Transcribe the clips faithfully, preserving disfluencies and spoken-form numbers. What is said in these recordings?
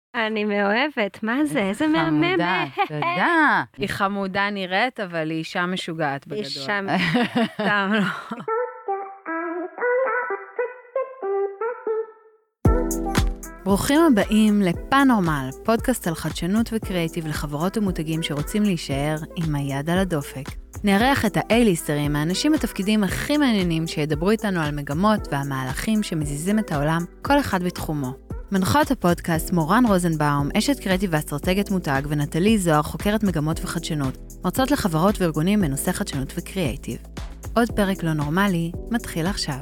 אני מאוהבת, מה זה? איזה מהממת. חמודה, תודה. היא חמודה נראית, אבל היא אישה משוגעת בגדול. אישה משוגעת. סתם לא. ברוכים הבאים לפאנורמל, פודקאסט על חדשנות וקריאטיב לחברות ומותגים שרוצים להישאר עם היד על הדופק. נארח את האייליסטרים, האנשים בתפקידים הכי מעניינים שידברו איתנו על מגמות והמהלכים שמזיזים את העולם, כל אחד בתחומו. מנחות הפודקאסט מורן רוזנבאום, אשת קריאטיב ואסטרטגית מותג, ונטלי זוהר, חוקרת מגמות וחדשנות, מרצות לחברות וארגונים בנושא חדשנות וקריאטיב. עוד פרק לא נורמלי, מתחיל עכשיו.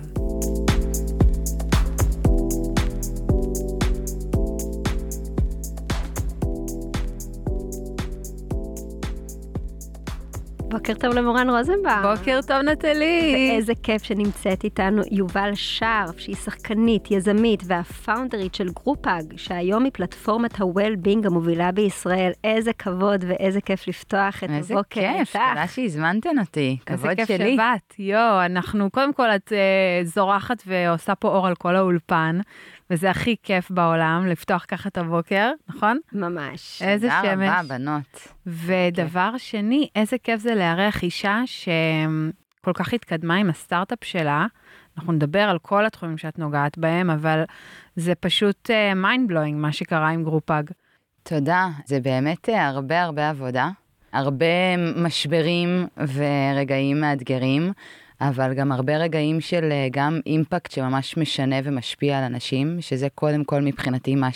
בוקר טוב למורן רוזנבאום. בוקר טוב נטלי. ואיזה כיף שנמצאת איתנו יובל שרף, שהיא שחקנית, יזמית והפאונדרית של גרופאג, שהיום היא פלטפורמת ה-Well-Being המובילה בישראל. איזה כבוד ואיזה כיף לפתוח את איזה הבוקר כיף, איתך. תודה שהזמנתן אותי, כבוד שלי. איזה כיף שבאת, יו, אנחנו קודם כל את uh, זורחת ועושה פה אור על כל האולפן, וזה הכי כיף בעולם, לפתוח ככה את הבוקר, נכון? ממש. איזה שמש. תודה רבה, בנות. ודבר שני, איזה כיף זה לארח אישה שכל כך התקדמה עם הסטארט-אפ שלה, אנחנו נדבר על כל התחומים שאת נוגעת בהם, אבל זה פשוט uh, mind blowing מה שקרה עם גרופאג. תודה, זה באמת הרבה הרבה עבודה, הרבה משברים ורגעים מאתגרים, אבל גם הרבה רגעים של גם אימפקט שממש משנה ומשפיע על אנשים, שזה קודם כל מבחינתי מה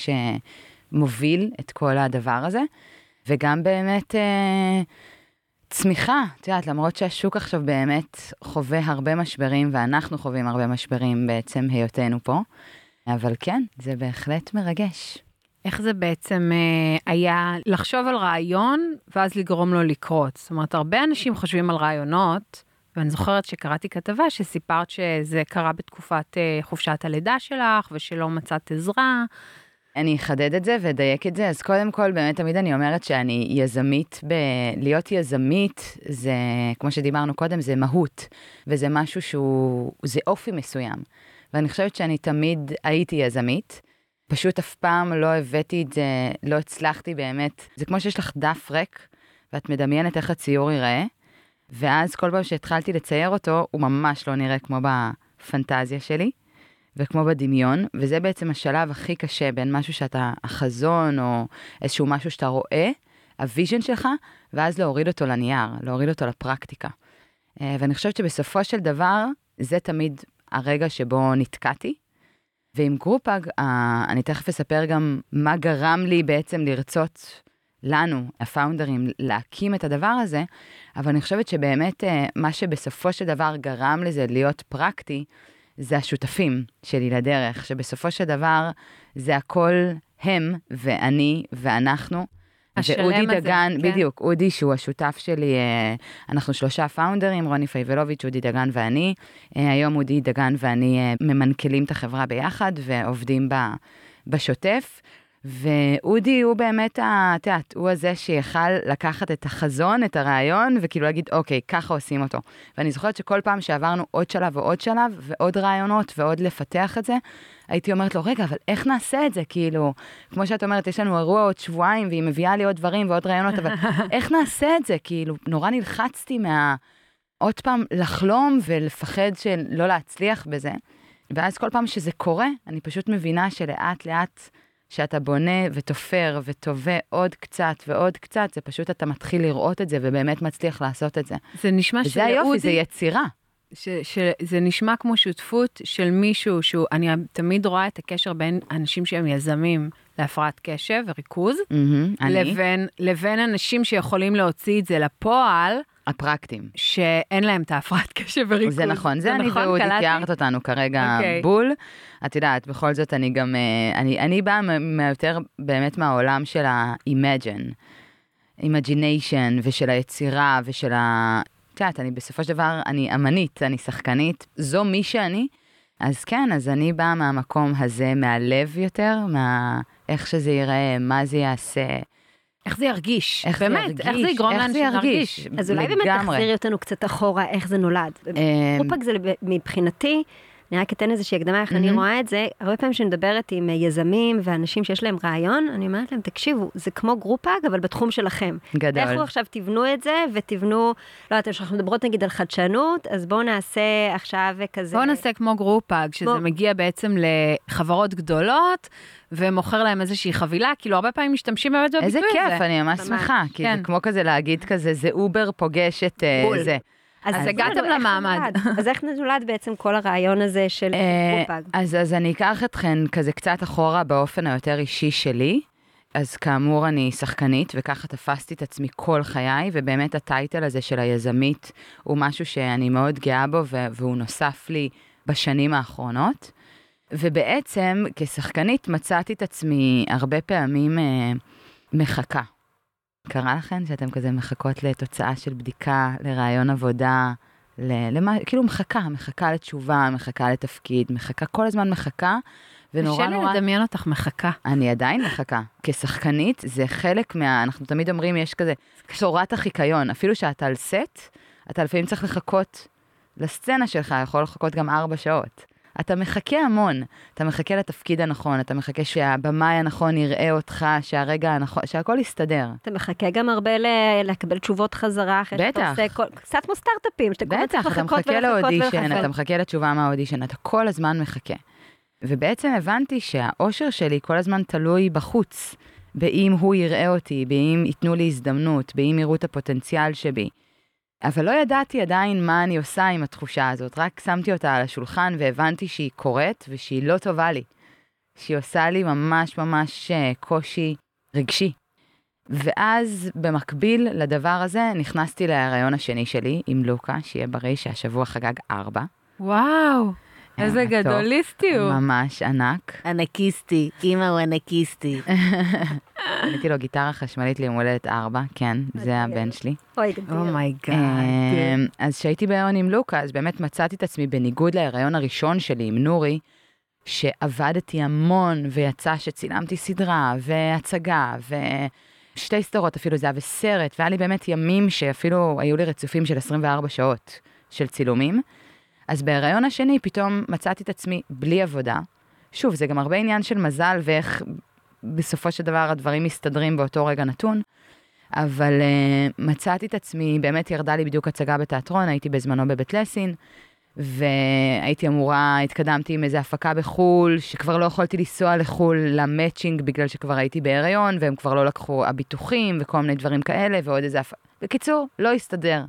שמוביל את כל הדבר הזה, וגם באמת אה, צמיחה, את יודעת, למרות שהשוק עכשיו באמת חווה הרבה משברים, ואנחנו חווים הרבה משברים בעצם היותנו פה, אבל כן, זה בהחלט מרגש. איך זה בעצם אה, היה לחשוב על רעיון, ואז לגרום לו לקרות? זאת אומרת, הרבה אנשים חושבים על רעיונות, ואני זוכרת שקראתי כתבה שסיפרת שזה קרה בתקופת uh, חופשת הלידה שלך, ושלא מצאת עזרה. אני אחדד את זה ודייק את זה, אז קודם כל באמת תמיד אני אומרת שאני יזמית, ב... להיות יזמית זה, כמו שדיברנו קודם, זה מהות, וזה משהו שהוא, זה אופי מסוים. ואני חושבת שאני תמיד הייתי יזמית, פשוט אף פעם לא הבאתי את זה, לא הצלחתי באמת, זה כמו שיש לך דף ריק, ואת מדמיינת איך הציור ייראה, ואז כל פעם שהתחלתי לצייר אותו, הוא ממש לא נראה כמו בפנטזיה שלי, וכמו בדמיון, וזה בעצם השלב הכי קשה בין משהו שאתה, החזון, או איזשהו משהו שאתה רואה, הוויז'ן שלך, ואז להוריד אותו לנייר, להוריד אותו לפרקטיקה. ואני חושבת שבסופו של דבר, זה תמיד הרגע שבו נתקעתי, ועם גרופאג, אני תכף אספר גם מה גרם לי בעצם לרצות לנו, הפאונדרים, להקים את הדבר הזה, אבל אני חושבת שבאמת מה שבסופו של דבר גרם לזה להיות פרקטי, זה השותפים שלי לדרך, שבסופו של דבר זה הכל הם ואני ואנחנו. ואודי דגן, כן. בדיוק, אודי שהוא השותף שלי, אנחנו שלושה פאונדרים, רוני פייבלוביץ', אודי דגן ואני. היום אודי דגן ואני ממנכלים את החברה ביחד ועובדים בשוטף. ואודי הוא באמת, התיאת, הוא הזה שיכל לקחת את החזון, את הרעיון, וכאילו להגיד, אוקיי, ככה עושים אותו. ואני זוכרת שכל פעם שעברנו עוד שלב ועוד שלב, ועוד רעיונות, ועוד לפתח את זה, הייתי אומרת לו, רגע, אבל איך נעשה את זה? כאילו, כמו שאת אומרת, יש לנו אירוע עוד שבועיים, והיא מביאה לי עוד דברים ועוד רעיונות, אבל איך נעשה את זה? כאילו, נורא נלחצתי מה... עוד פעם לחלום ולפחד של לא להצליח בזה. ואז כל פעם שזה קורה, אני פשוט מבינה שלאט לאט שאתה בונה ותופר וטובה עוד קצת ועוד קצת, זה פשוט אתה מתחיל לראות את זה ובאמת מצליח לעשות את זה. זה נשמע שזה היופי, זה יצירה. ש, ש, זה נשמע כמו שותפות של מישהו שהוא, אני תמיד רואה את הקשר בין אנשים שהם יזמים להפרעת קשב וריכוז, mm-hmm, לבין, לבין אנשים שיכולים להוציא את זה לפועל, הפרקטים. שאין להם את ההפרעת קשב וריכוז. זה נכון, זה, זה אני נכון, ואודי תיארת אותנו כרגע okay. בול. את יודעת, בכל זאת אני גם, אני, אני באה יותר באמת מהעולם של ה-imagine, imagination ושל היצירה ושל ה... את יודעת, אני בסופו של דבר, אני אמנית, אני שחקנית, זו מי שאני, אז כן, אז אני באה מהמקום הזה, מהלב יותר, מה... איך שזה ייראה, מה זה יעשה, איך זה ירגיש? איך באמת, זה ירגיש? איך זה יגרום לאנשים להרגיש? אז אולי באמת תחזיר אותנו קצת אחורה איך זה נולד. גרופאג זה מבחינתי, אני רק אתן איזושהי הקדמה, איך אני רואה את זה, הרבה פעמים שנדברת עם יזמים ואנשים שיש להם רעיון, אני אומרת להם, תקשיבו, זה כמו גרופאג, אבל בתחום שלכם. גדול. לכו עכשיו תבנו את זה, ותבנו, לא יודעת, שאנחנו מדברות נגיד על חדשנות, אז בואו נעשה עכשיו כזה... בואו נעשה כמו גרופאג, שזה מגיע בעצם לחברות גדולות, ומוכר להם איזושהי חבילה, כאילו הרבה פעמים משתמשים באמת בביטוי הזה. איזה כיף, אני ממש שמחה, כי זה כמו כזה להגיד כזה, זה אובר פוגש את זה. אז הגעתם למעמד. אז איך נולד בעצם כל הרעיון הזה של גרופאג? אז אני אקח אתכן כזה קצת אחורה באופן היותר אישי שלי. אז כאמור אני שחקנית, וככה תפסתי את עצמי כל חיי, ובאמת הטייטל הזה של היזמית הוא משהו שאני מאוד גאה בו, והוא נוסף לי בשנים האחרונות. ובעצם כשחקנית מצאתי את עצמי הרבה פעמים אה, מחכה. קרה לכן שאתם כזה מחכות לתוצאה של בדיקה, לרעיון עבודה, למה, כאילו מחכה, מחכה לתשובה, מחכה לתפקיד, מחכה, כל הזמן מחכה, ונורא נורא... קשה לי לדמיין אותך מחכה. אני עדיין מחכה. כשחקנית זה חלק מה... אנחנו תמיד אומרים, יש כזה שורת החיקיון, אפילו שאתה על סט, אתה לפעמים צריך לחכות לסצנה שלך, יכול לחכות גם ארבע שעות. אתה מחכה המון, אתה מחכה לתפקיד הנכון, אתה מחכה שהבמאי הנכון יראה אותך, שהרגע הנכון, שהכל יסתדר. אתה מחכה גם הרבה לקבל תשובות חזרה, בטח. קצת כמו סטארט-אפים, שאתה בטח, אתה מחכה לאודישן, אתה מחכה לתשובה מהאודישן, אתה כל הזמן מחכה. ובעצם הבנתי שהאושר שלי כל הזמן תלוי בחוץ, באם הוא יראה אותי, באם ייתנו לי הזדמנות, באם יראו את הפוטנציאל שבי. אבל לא ידעתי עדיין מה אני עושה עם התחושה הזאת, רק שמתי אותה על השולחן והבנתי שהיא קורית ושהיא לא טובה לי. שהיא עושה לי ממש ממש קושי רגשי. ואז במקביל לדבר הזה נכנסתי להיריון השני שלי עם לוקה, שיהיה בריא שהשבוע חגג ארבע. וואו, איזה גדוליסטי הוא. ממש ענק. ענקיסטי, אמא הוא ענקיסטי. קניתי לו גיטרה חשמלית ליום הולדת ארבע, כן, זה הבן שלי. אוי, גדול. אומייגאד. אז כשהייתי בהיריון עם לוקה, אז באמת מצאתי את עצמי בניגוד להיריון הראשון שלי עם נורי, שעבדתי המון ויצא שצילמתי סדרה והצגה ושתי סדרות אפילו זה היה וסרט, והיה לי באמת ימים שאפילו היו לי רצופים של עשרים וארבע שעות של צילומים. אז בהיריון השני פתאום מצאתי את עצמי בלי עבודה. שוב, זה גם הרבה עניין של מזל ואיך בסופו של דבר הדברים מסתדרים באותו רגע נתון, אבל uh, מצאתי את עצמי, באמת ירדה לי בדיוק הצגה בתיאטרון, הייתי בזמנו בבית לסין, והייתי אמורה, התקדמתי עם איזו הפקה בחול, שכבר לא יכולתי לנסוע לחול למאצ'ינג, בגלל שכבר הייתי בהיריון, והם כבר לא לקחו הביטוחים וכל מיני דברים כאלה, ועוד איזה הפקה. בקיצור, לא הסתדר.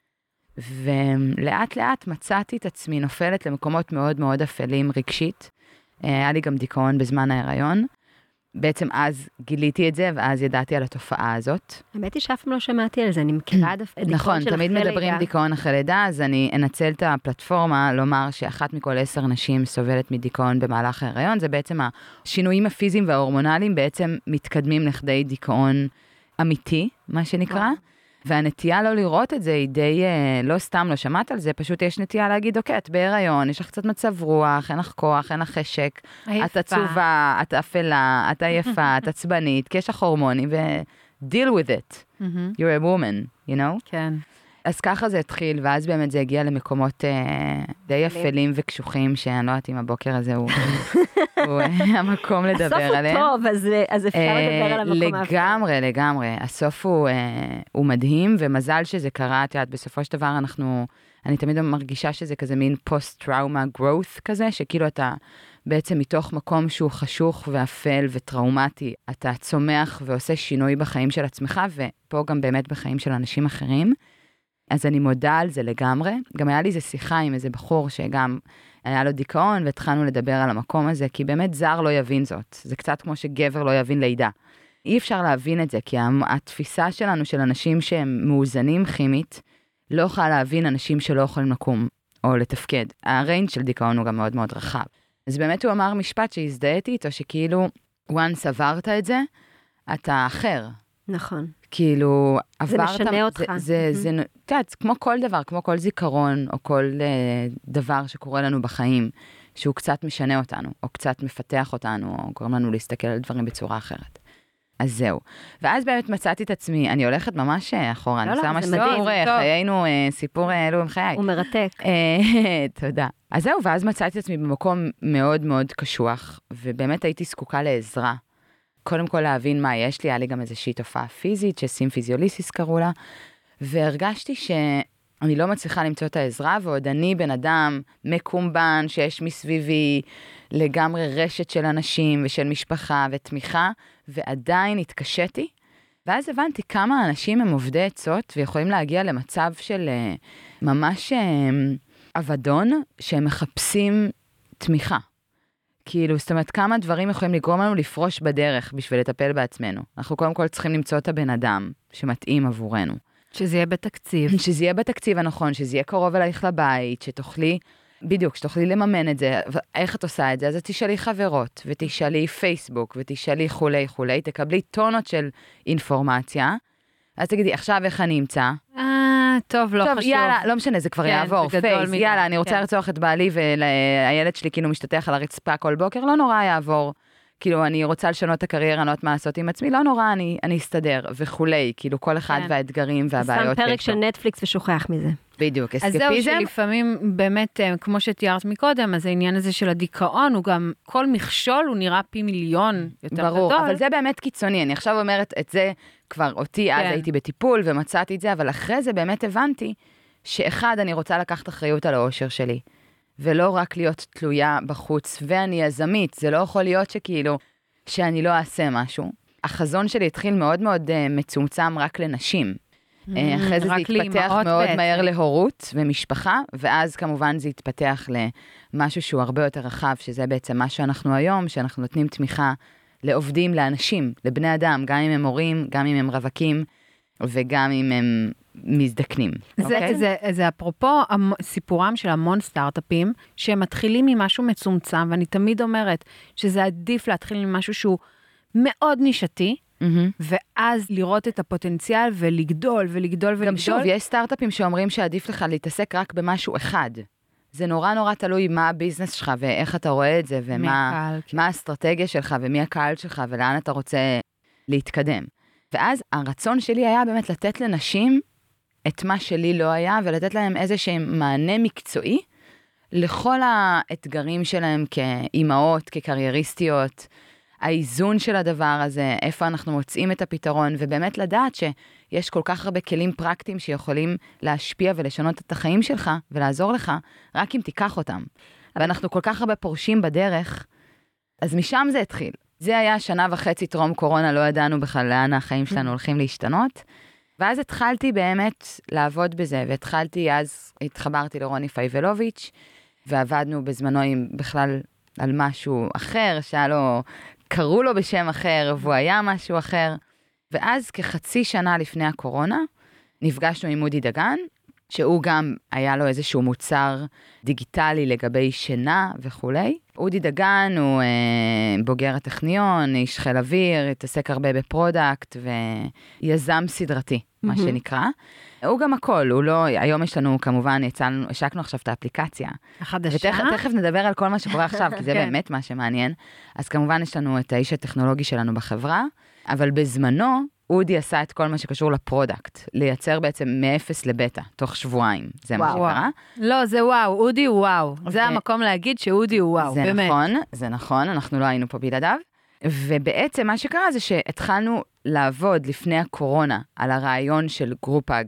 ולאט לאט מצאתי את עצמי נופלת למקומות מאוד מאוד אפלים רגשית. היה לי גם דיכאון בזמן ההיריון. בעצם אז גיליתי את זה, ואז ידעתי על התופעה הזאת. האמת היא שאף פעם לא שמעתי על זה, אני מכירה דיכאון של אחרי לידה. נכון, תמיד מדברים דיכאון אחרי לידה, אז אני אנצל את הפלטפורמה לומר שאחת מכל עשר נשים סובלת מדיכאון במהלך ההיריון, זה בעצם השינויים הפיזיים וההורמונליים בעצם מתקדמים לכדי דיכאון אמיתי, מה שנקרא. והנטייה לא לראות את זה היא די, לא סתם לא שמעת על זה, פשוט יש נטייה להגיד, אוקיי, את בהיריון, יש לך קצת מצב רוח, אין לך כוח, אין לך חשק, את עצובה, את אפלה, את עייפה, את עצבנית, כי יש לך הורמונים, ו-deal with it. You're a woman, you know? כן. אז ככה זה התחיל, ואז באמת זה הגיע למקומות אה, די אפלים וקשוחים, שאני לא יודעת אם הבוקר הזה הוא, הוא המקום לדבר עליהם. הסוף הוא טוב, אז, אז אפשר אה, לדבר על המקום האפל. לגמרי, לגמרי. הסוף הוא, אה, הוא מדהים, ומזל שזה קרה, את יודעת, בסופו של דבר אנחנו, אני תמיד מרגישה שזה כזה מין פוסט-טראומה growth כזה, שכאילו אתה בעצם מתוך מקום שהוא חשוך ואפל וטראומטי, אתה צומח ועושה שינוי בחיים של עצמך, ופה גם באמת בחיים של אנשים אחרים. אז אני מודה על זה לגמרי. גם היה לי איזו שיחה עם איזה בחור שגם היה לו דיכאון, והתחלנו לדבר על המקום הזה, כי באמת זר לא יבין זאת. זה קצת כמו שגבר לא יבין לידה. אי אפשר להבין את זה, כי התפיסה שלנו של אנשים שהם מאוזנים כימית, לא יכולה להבין אנשים שלא יכולים לקום או לתפקד. הריינג' של דיכאון הוא גם מאוד מאוד רחב. אז באמת הוא אמר משפט שהזדהיתי איתו, שכאילו, once עברת את זה, אתה אחר. נכון. כאילו, עברת... זה משנה אותך. זה, זה, זה, אתה יודע, כמו כל דבר, כמו כל זיכרון, או כל uh, דבר שקורה לנו בחיים, שהוא קצת משנה אותנו, או קצת מפתח אותנו, או גורם לנו להסתכל על דברים בצורה אחרת. אז זהו. ואז באמת מצאתי את עצמי, אני הולכת ממש אחורה, לא, אני עושה לא, ממש זה מדהים, סיפור, טוב. חיינו, סיפור אלו עם חיי. הוא מרתק. אה, תודה. אז זהו, ואז מצאתי את עצמי במקום מאוד מאוד קשוח, ובאמת הייתי זקוקה לעזרה. קודם כל להבין מה יש לי, היה לי גם איזושהי תופעה פיזית, שסימפיזיוליסיס קראו לה, והרגשתי שאני לא מצליחה למצוא את העזרה, ועוד אני בן אדם מקומבן, שיש מסביבי לגמרי רשת של אנשים ושל משפחה ותמיכה, ועדיין התקשיתי. ואז הבנתי כמה אנשים הם עובדי עצות, ויכולים להגיע למצב של uh, ממש uh, אבדון, שהם מחפשים תמיכה. כאילו, זאת אומרת, כמה דברים יכולים לגרום לנו לפרוש בדרך בשביל לטפל בעצמנו. אנחנו קודם כל צריכים למצוא את הבן אדם שמתאים עבורנו. שזה יהיה בתקציב. שזה יהיה בתקציב הנכון, שזה יהיה קרוב אלייך לבית, שתוכלי, בדיוק, שתוכלי לממן את זה. איך את עושה את זה? אז את תשאלי חברות, ותשאלי פייסבוק, ותשאלי חולי חולי, תקבלי טונות של אינפורמציה. אז תגידי, עכשיו איך אני אמצא? אה, טוב, לא טוב, חשוב. יאללה, לא משנה, זה כבר כן, יעבור, זה גדול פייס, מדי, יאללה, אני רוצה כן. לרצוח את בעלי, והילד שלי כאילו משתתח על הרצפה כל בוקר, לא נורא יעבור. כאילו, אני רוצה לשנות את הקריירה, אני לא יודעת מה לעשות עם עצמי, לא נורא, אני, אני אסתדר, וכולי, כאילו, כל אחד כן. והאתגרים והבעיות. שם פרק יש של לו. נטפליקס ושוכח מזה. בדיוק, אז זהו אסקפיזם. שלפעמים באמת, כמו שתיארת מקודם, אז העניין הזה של הדיכאון, הוא גם, כל מכשול הוא נראה פי מיליון יותר ברור, גדול. אבל זה באמת קיצוני, אני עכשיו אומרת את זה, כבר אותי, אז כן. הייתי בטיפול ומצאתי את זה, אבל אחרי זה באמת הבנתי, שאחד, אני רוצה לקחת אחריות על האושר שלי, ולא רק להיות תלויה בחוץ, ואני יזמית, זה לא יכול להיות שכאילו, שאני לא אעשה משהו. החזון שלי התחיל מאוד מאוד uh, מצומצם רק לנשים. Mm, אחרי זה זה התפתח מאוד בעצם. מהר להורות ומשפחה, ואז כמובן זה התפתח למשהו שהוא הרבה יותר רחב, שזה בעצם מה שאנחנו היום, שאנחנו נותנים תמיכה לעובדים, לאנשים, לבני אדם, גם אם הם הורים, גם אם הם רווקים, וגם אם הם מזדקנים. זה, אוקיי? זה, זה אפרופו סיפורם של המון סטארט-אפים, שהם מתחילים ממשהו מצומצם, ואני תמיד אומרת שזה עדיף להתחיל ממשהו שהוא מאוד נישתי, mm-hmm. ואז לראות את הפוטנציאל ולגדול ולגדול ולגדול. גם שוב, יש סטארט-אפים שאומרים שעדיף לך להתעסק רק במשהו אחד. זה נורא נורא תלוי מה הביזנס שלך, ואיך אתה רואה את זה, ומה מה האסטרטגיה שלך, ומי הקהל שלך, ולאן אתה רוצה להתקדם. ואז הרצון שלי היה באמת לתת לנשים את מה שלי לא היה, ולתת להם איזשהם מענה מקצועי, לכל האתגרים שלהם כאימהות, כקרייריסטיות, האיזון של הדבר הזה, איפה אנחנו מוצאים את הפתרון, ובאמת לדעת שיש כל כך הרבה כלים פרקטיים שיכולים להשפיע ולשנות את החיים שלך, ולעזור לך, רק אם תיקח אותם. ואנחנו כל כך הרבה פורשים בדרך, אז משם זה התחיל. זה היה שנה וחצי טרום קורונה, לא ידענו בכלל לאן החיים שלנו הולכים להשתנות, ואז התחלתי באמת לעבוד בזה, והתחלתי, אז התחברתי לרוני פייבלוביץ', ועבדנו בזמנו עם בכלל על משהו אחר, שהיה לו, קראו לו בשם אחר, והוא היה משהו אחר. ואז כחצי שנה לפני הקורונה, נפגשנו עם אודי דגן, שהוא גם היה לו איזשהו מוצר דיגיטלי לגבי שינה וכולי. אודי דגן הוא אה, בוגר הטכניון, איש חיל אוויר, התעסק הרבה בפרודקט ויזם סדרתי, mm-hmm. מה שנקרא. הוא גם הכל, הוא לא, היום יש לנו כמובן, יצאנו, השקנו עכשיו את האפליקציה. החדשה? ותכף נדבר על כל מה שקורה עכשיו, כי זה באמת מה שמעניין. אז כמובן יש לנו את האיש הטכנולוגי שלנו בחברה, אבל בזמנו, אודי עשה את כל מה שקשור לפרודקט, לייצר בעצם מאפס לבטא, תוך שבועיים, זה מה שקרה. לא, זה וואו, אודי הוא וואו. זה המקום להגיד שאודי הוא וואו, באמת. זה נכון, זה נכון, אנחנו לא היינו פה בלעדיו. ובעצם מה שקרה זה שהתחלנו לעבוד לפני הקורונה על הרעיון של גרופאג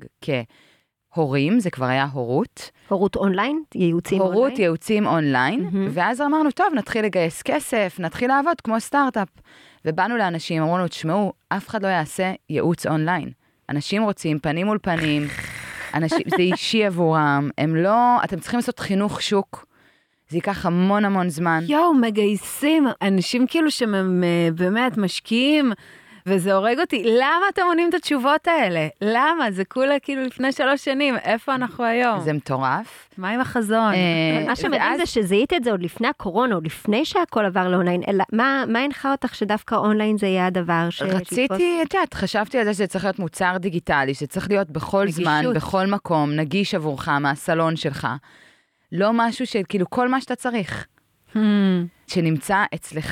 כהורים, זה כבר היה הורות. הורות אונליין? ייעוצים אונליין? הורות, ייעוצים אונליין, ואז אמרנו, טוב, נתחיל לגייס כסף, נתחיל לעבוד כמו סטארט-אפ. ובאנו לאנשים, אמרו לנו, תשמעו, אף אחד לא יעשה ייעוץ אונליין. אנשים רוצים פנים מול פנים, אנשים, זה אישי עבורם, הם לא, אתם צריכים לעשות חינוך שוק, זה ייקח המון המון זמן. יואו, מגייסים, אנשים כאילו שהם באמת משקיעים, וזה הורג אותי, למה אתם עונים את התשובות האלה? למה? זה כולה כאילו לפני שלוש שנים, איפה אנחנו היום? זה מטורף. מה עם החזון? מה שמדהים זה שזיהית את זה עוד לפני הקורונה, עוד לפני שהכל עבר לאונליין, אלא מה הנחה אותך שדווקא אונליין זה יהיה הדבר ש... רציתי, את יודעת, חשבתי על זה שזה צריך להיות מוצר דיגיטלי, שזה צריך להיות בכל זמן, בכל מקום, נגיש עבורך, מהסלון שלך. לא משהו שכאילו כל מה שאתה צריך. שנמצא אצלך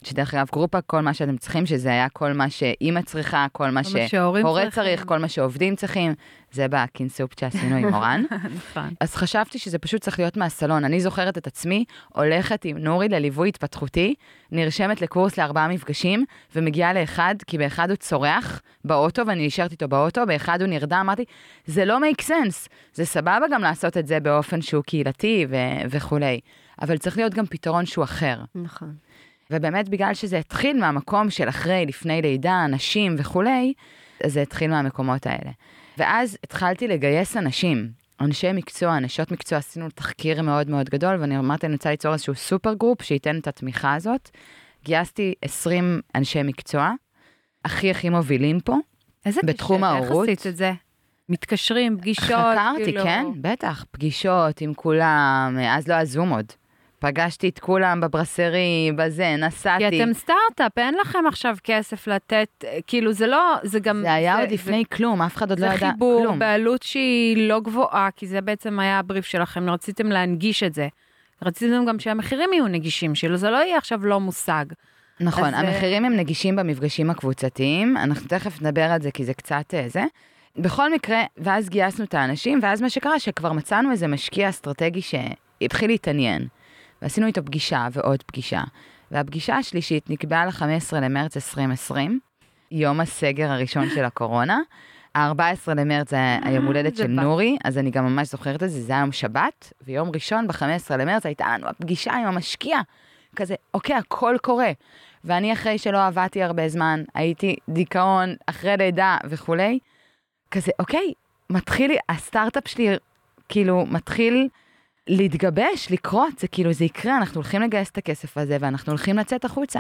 שדרך אגב, גרופה, כל מה שאתם צריכים, שזה היה כל מה שאמא צריכה, כל מה שהורה צריך, כל מה שעובדים צריכים, זה בקינסופ שעשינו עם אורן. אז חשבתי שזה פשוט צריך להיות מהסלון. אני זוכרת את עצמי, הולכת עם נורי לליווי התפתחותי, נרשמת לקורס לארבעה מפגשים, ומגיעה לאחד, כי באחד הוא צורח באוטו, ואני נשארת איתו באוטו, באחד הוא נרדם, אמרתי, זה לא make sense. זה סבבה גם לעשות את זה באופן שהוא קהילתי ו- וכולי. אבל צריך להיות גם פתרון שהוא אחר. נכון. ובאמת בגלל שזה התחיל מהמקום של אחרי, לפני לידה, נשים וכולי, זה התחיל מהמקומות האלה. ואז התחלתי לגייס אנשים, אנשי מקצוע, נשות מקצוע, עשינו תחקיר מאוד מאוד גדול, ואני אמרתי, אני רוצה ליצור איזשהו סופר גרופ שייתן את התמיכה הזאת. גייסתי עשרים אנשי מקצוע, הכי הכי מובילים פה, בתחום ההורות. איך עשית את זה? מתקשרים, פגישות, חקרתי, כאילו... כן, בטח, פגישות עם כולם, אז לא הזום עוד. פגשתי את כולם בברסרי, בזה, נסעתי. כי אתם סטארט-אפ, אין לכם עכשיו כסף לתת, כאילו זה לא, זה גם... זה היה עוד לפני כלום, אף אחד עוד לא ידע כלום. זה חיבור בעלות שהיא לא גבוהה, כי זה בעצם היה הבריף שלכם, רציתם להנגיש את זה. רציתם גם שהמחירים יהיו נגישים, שלו זה לא יהיה עכשיו לא מושג. נכון, המחירים הם נגישים במפגשים הקבוצתיים, אנחנו תכף נדבר על זה, כי זה קצת זה. בכל מקרה, ואז גייסנו את האנשים, ואז מה שקרה, שכבר מצאנו איזה משקיע אסטרטגי שהתחיל להתעניין. ועשינו איתו פגישה ועוד פגישה. והפגישה השלישית נקבעה ל-חמישה עשר למרץ עשרים עשרים, יום הסגר הראשון של הקורונה. ה-ארבעה עשר למרץ זה היום הולדת של נורי, אז אני גם ממש זוכרת את זה, זה היה יום שבת, ויום ראשון ב-חמישה עשר למרץ הייתה לנו הפגישה עם המשקיע. כזה, אוקיי, הכל קורה. ואני אחרי שלא עבדתי הרבה זמן, הייתי דיכאון, אחרי לידה וכולי, כזה, אוקיי, מתחיל, הסטארט-אפ שלי, כאילו, מתחיל להתגבש, לקרות, זה כאילו, זה יקרה, אנחנו הולכים לגייס את הכסף הזה, ואנחנו הולכים לצאת החוצה.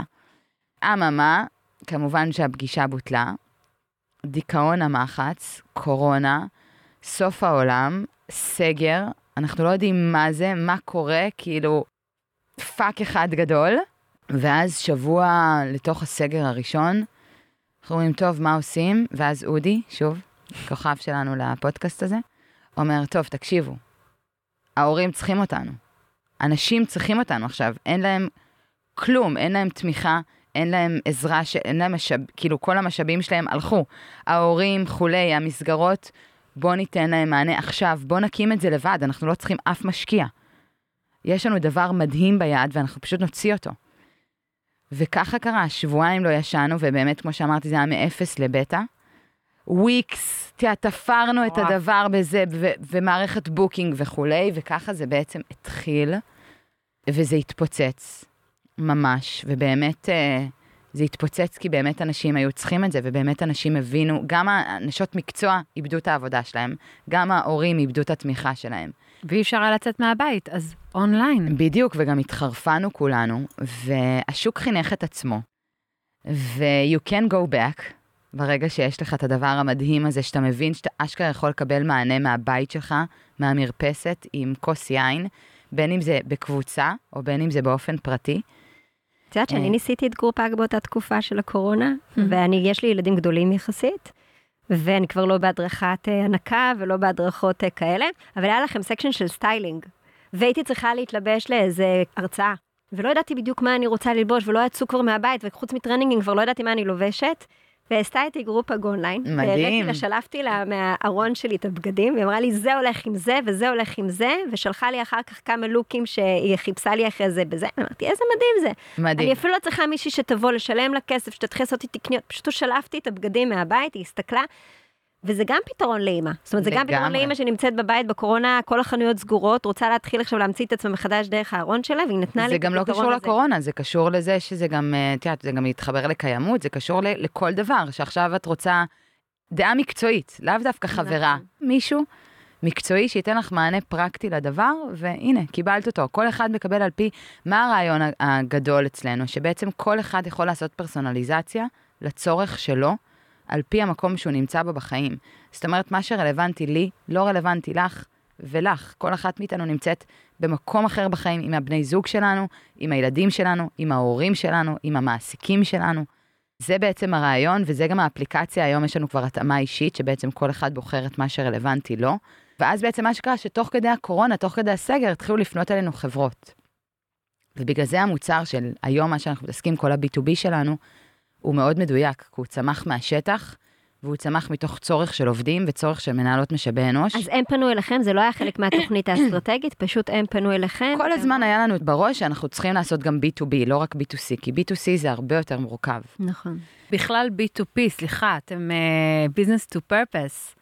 אממה, כמובן שהפגישה בוטלה, דיכאון המחץ, קורונה, סוף העולם, סגר, אנחנו לא יודעים מה זה, מה קורה, כאילו, פאק אחד גדול, ואז שבוע לתוך הסגר הראשון, אנחנו אומרים, טוב, מה עושים? ואז אודי, שוב, כוכב שלנו לפודקאסט הזה, אומר, טוב, תקשיבו, ההורים צריכים אותנו. אנשים צריכים אותנו עכשיו. אין להם כלום, אין להם תמיכה, אין להם עזרה, אין להם משאב, כאילו כל המשאבים שלהם הלכו. ההורים, חולי, המסגרות, בוא ניתן להם מענה עכשיו, בוא נקים את זה לבד, אנחנו לא צריכים אף משקיע. יש לנו דבר מדהים ביד ואנחנו פשוט נוציא אותו. וככה קרה, שבועיים לא ישנו, ובאמת, כמו שאמרתי, זה היה מאפס לבטא. וויקס, תראה, תפרנו את הדבר בזה, ו- ומערכת בוקינג וכולי, וככה זה בעצם התחיל, וזה התפוצץ, ממש, ובאמת זה התפוצץ, כי באמת אנשים היו צריכים את זה, ובאמת אנשים הבינו, גם הנשות מקצוע איבדו את העבודה שלהם, גם ההורים איבדו את התמיכה שלהם. ואי אפשר היה לצאת מהבית, אז אונליין. בדיוק, וגם התחרפנו כולנו, והשוק חינך את עצמו, ו-you can go back, ברגע שיש לך את הדבר המדהים הזה, שאתה מבין שאתה אשכרה יכול לקבל מענה מהבית שלך, מהמרפסת, עם כוס יין, בין אם זה בקבוצה, או בין אם זה באופן פרטי. את יודעת שאני ניסיתי את גרופאג באותה תקופה של הקורונה, ואני, יש לי ילדים גדולים יחסית, ואני כבר לא בהדרכת הנקה, ולא בהדרכות כאלה, אבל היה לכם סקשן של סטיילינג, והייתי צריכה להתלבש לאיזה הרצאה, ולא ידעתי בדיוק מה אני רוצה ללבוש, ולא יצאו כבר מהבית, וחוץ מטרנינגים כבר לא ידעתי מה אני לובשת, ועשתה איתי גרופאג אונליין. מדהים. והראיתי לה, שלפתי לה מהארון שלי את הבגדים, והיא אמרה לי, זה הולך עם זה, וזה הולך עם זה, ושלחה לי אחר כך כמה לוקים שהיא חיפשה לי אחרי זה בזה. אמרתי, איזה מדהים זה. מדהים. אני אפילו לא צריכה מישהי שתבוא לשלם לה כסף, שתתחיל לעשות איתי קניות, פשוט שלפתי את הבגדים מהבית, היא הסתכלה, וזה גם פתרון לאמא. זאת אומרת, זה גם פתרון לאמא שנמצאת בבית בקורונה, כל החנויות סגורות, רוצה להתחיל עכשיו להמציא את עצמה מחדש דרך הארון שלה, והיא נתנה לי את הפתרון הזה. זה גם לא קשור לקורונה, זה קשור לזה שזה גם, תיאת, זה גם יתחבר לקיימות, זה קשור לכל דבר, שעכשיו את רוצה דעה מקצועית, לאו דווקא חברה, מישהו מקצועי שייתן לך מענה פרקטי לדבר, והנה, קיבלת אותו. כל אחד מקבל על פי מה הרעיון הגדול אצלנו, שבעצם כל אחד יכול לעשות פרסונליזציה לצורך שלו, על פי המקום שהוא נמצא בו בחיים. זאת אומרת, מה שרלוונטי לי, לא רלוונטי לך ולך. כל אחת מאיתנו נמצאת במקום אחר בחיים, עם הבני זוג שלנו, עם הילדים שלנו, עם ההורים שלנו, עם המעסיקים שלנו. זה בעצם הרעיון, וזה גם האפליקציה. היום יש לנו כבר התאמה אישית, שבעצם כל אחד בוחר את מה שרלוונטי לו. ואז בעצם מה שקרה, שתוך כדי הקורונה, תוך כדי הסגר, התחילו לפנות אלינו חברות. ובגלל זה המוצר של היום, מה שאנחנו מתעסקים, כל ה-בי טו בי שלנו, הוא מאוד מדויק, כי הוא צמח מהשטח, והוא צמח מתוך צורך של עובדים וצורך של מנהלות משאבי אנוש. אז הם פנו אליכם, זה לא היה חלק מהתוכנית האסטרטגית, פשוט הם פנו אליכם. כל הזמן היה לנו בראש שאנחנו צריכים לעשות גם בי טו בי, לא רק בי טו סי, כי בי טו סי זה הרבה יותר מורכב. נכון. בכלל בי טו פי, סליחה, אתם uh, business to purpose,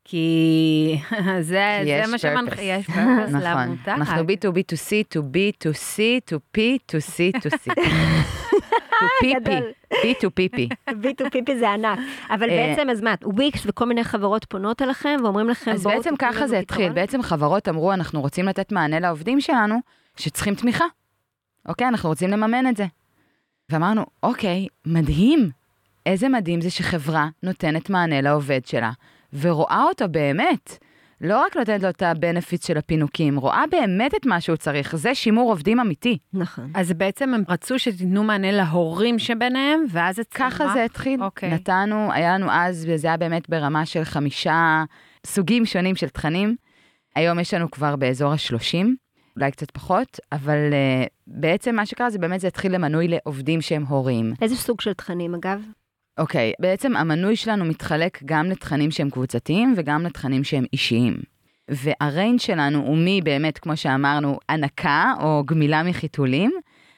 כי זה, זה מה שמנחה, יש purpose נכון. למותג. אנחנו בי טו בי טו סי, to B to C, to P to C to C. to P P, B to P P. בי טו פי פי זה ענק. אבל בעצם, אז מה, וויקס וכל מיני חברות פונות אליכם, ואומרים לכם, אז בעצם ככה זה התחיל. בעצם חברות אמרו, אנחנו רוצים לתת מענה לעובדים שלנו, שצריכים תמיכה. אוקיי, אנחנו רוצים לממן את זה. ואמרנו, אוקיי, מדהים. איזה מדהים זה שחברה נותנת מענה לעובד שלה, ורואה אותו באמת. לא רק נותנת לו את הבנפיט של הפינוקים, רואה באמת את מה שהוא צריך, זה שימור עובדים אמיתי. נכון. אז בעצם הם רצו שתיתנו מענה להורים שביניהם, ואז זה צמח. ככה זה התחיל. אוקיי. נתנו, היה לנו אז, וזה היה באמת ברמה של חמישה סוגים שונים של תכנים. היום יש לנו כבר באזור השלושים, אולי קצת פחות, אבל uh, בעצם מה שקרה זה באמת זה התחיל למנוי לעובדים שהם הורים. איזה סוג של תכנים אגב? אוקיי, okay, בעצם המנוי שלנו מתחלק גם לתכנים שהם קבוצתיים וגם לתכנים שהם אישיים. והריינג' שלנו הוא מי באמת, כמו שאמרנו, ענקה או גמילה מחיתולים,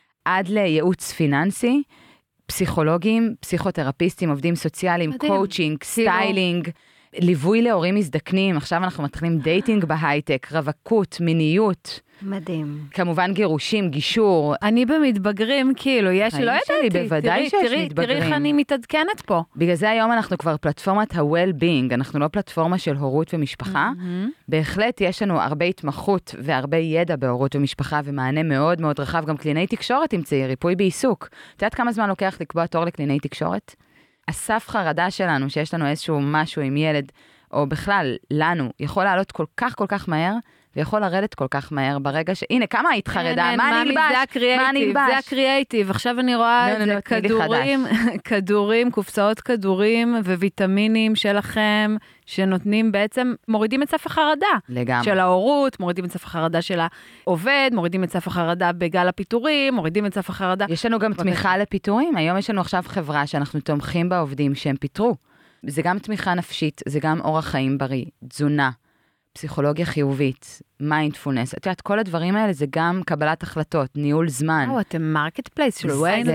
עד לייעוץ פיננסי, פסיכולוגים, פסיכותרפיסטים, עובדים סוציאליים, מדהים. קואוצ'ינג, סטיילינג, ליווי להורים מזדקנים, עכשיו אנחנו מתחילים דייטינג בהייטק, רווקות, מיניות. מדהים. כמובן גירושים, גישור. אני במתבגרים, כאילו, יש, לא ידעתי. בוודאי שיש מתבגרים. תראי איך אני מתעדכנת פה. בגלל זה היום אנחנו כבר פלטפורמת ה-well-being, אנחנו לא פלטפורמה של הורות ומשפחה. בהחלט יש לנו הרבה התמחות והרבה ידע בהורות ומשפחה, ומענה מאוד מאוד רחב, גם קלינאי תקשורת עם צעיר, ריפוי בעיסוק. את יודעת כמה זמן לוקח לקבוע תור לקלינאי תקשורת? הסף חרדה שלנו, שיש לנו איזשהו משהו עם ילד, או בכלל, לנו, יכול לעלות כל כך כל כך מהר, ויכול לרדת כל כך מהר ברגע ש... הנה, כמה היית חרדה? מה נלבש? מה נלבש? זה הקריאייטיב. עכשיו אני רואה את זה כדורים, כדורים, קופסאות כדורים וויטמינים שלכם, שנותנים בעצם, מורידים את סף החרדה. לגמרי. של ההורות, מורידים את סף החרדה של העובד, מורידים את סף החרדה בגל הפיטורים, מורידים את סף החרדה. יש לנו גם תמיכה לפיטורים. היום יש לנו עכשיו חברה שאנחנו תומכים בעובדים שהם פיטרו. זה גם תמיכה נפשית, זה גם אורח חיים בריא, תזונה. פסיכולוגיה חיובית, מיינדפולנס, את יודעת, כל הדברים האלה זה גם קבלת החלטות, ניהול זמן. או, אתם מרקט פלייס של וויין,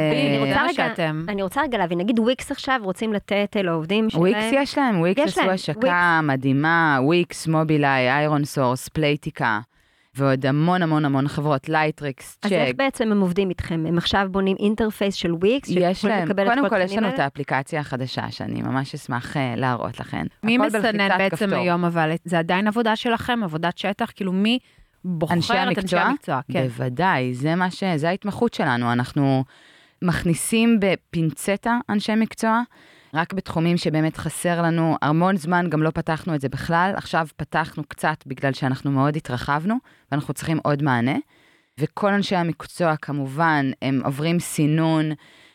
אני רוצה רגע להבין, נגיד וויקס עכשיו רוצים לתת לעובדים שלהם. וויקס יש להם, וויקס עשו השקה מדהימה, וויקס, מובילאי, איירון סורס, פלייטיקה, ועוד המון המון המון חברות, לייטריקס, צ'ק. אז איך בעצם הם עובדים איתכם? הם עכשיו בונים אינטרפייס של וויקס? יש להם, קודם כל יש לנו את האפליקציה החדשה, שאני ממש אשמח להראות לכם. מי מסנן בעצם היום, אבל זה עדיין עבודה שלכם, עבודת שטח, כאילו מי בוחר את אנשי המקצוע? בוודאי, זה מה ש... זה ההתמחות שלנו, אנחנו מכניסים בפינצטה אנשי מקצוע, רק בתחומים שבאמת חסר לנו, המון זמן גם לא פתחנו את זה בכלל, עכשיו פתחנו קצת בגלל שאנחנו מאוד התרחבנו, ואנחנו צריכים עוד מענה, וכל אנשי המקצוע כמובן, הם עוברים סינון,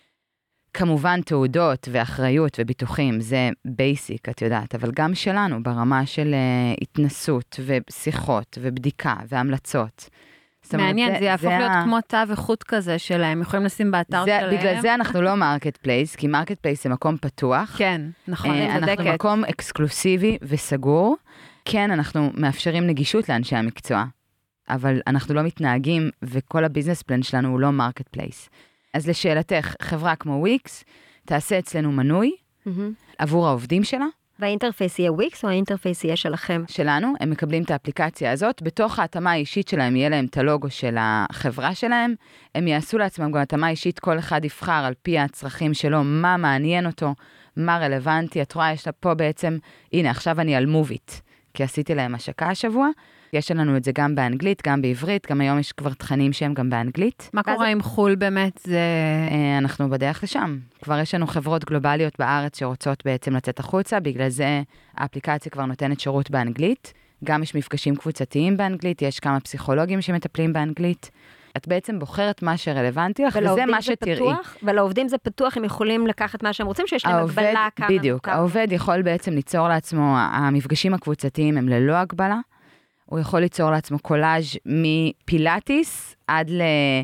כמובן תעודות ואחריות וביטוחים, זה בייסיק, את יודעת, אבל גם שלנו, ברמה של uh, התנסות ושיחות ובדיקה והמלצות, מעניין, זה יהפוך להיות כמו תא וחוט כזה שלהם, יכולים לשים באתר שלהם. בגלל זה אנחנו לא מרקט פלייס, כי מרקט פלייס זה מקום פתוח. כן, נכון, אני צודקת. אנחנו מקום אקסקלוסיבי וסגור. כן, אנחנו מאפשרים נגישות לאנשי המקצוע, אבל אנחנו לא מתנהגים, וכל הביזנס פלן שלנו הוא לא מרקט פלייס. אז לשאלתך, חברה כמו וויקס, תעשה אצלנו מנוי עבור העובדים שלה, והאינטרפייס יהיה וויקס או האינטרפייס יהיה שלכם? שלנו, הם מקבלים את האפליקציה הזאת, בתוך ההתאמה האישית שלהם יהיה להם את הלוגו של החברה שלהם, הם יעשו לעצמם גם התאמה אישית, כל אחד יבחר על פי הצרכים שלו, מה מעניין אותו, מה רלוונטי, את רואה, יש לה פה בעצם, הנה, עכשיו אני על מוביט, כי עשיתי להם השקה השבוע, יש לנו את זה גם באנגלית, גם בעברית, גם היום יש כבר תכנים שהם גם באנגלית. מה קורה עם חול באמת? זה... אנחנו בדרך לשם. כבר יש לנו חברות גלובליות בארץ שרוצות בעצם לצאת החוצה, בגלל זה האפליקציה כבר נותנת שירות באנגלית. גם יש מפגשים קבוצתיים באנגלית, יש כמה פסיכולוגים שמטפלים באנגלית. את בעצם בוחרת מה שרלוונטי לך, וזה מה שתראי. ולעובדים זה פתוח, הם יכולים לקחת מה שהם רוצים, שיש להם הגבלה כמה. בדיוק, העובד יכול בעצם ליצור לעצמו, המפגשים הקבוצתיים הם ללא הגבלה. הוא יכול ליצור לעצמו קולאז' מפילאטיס עד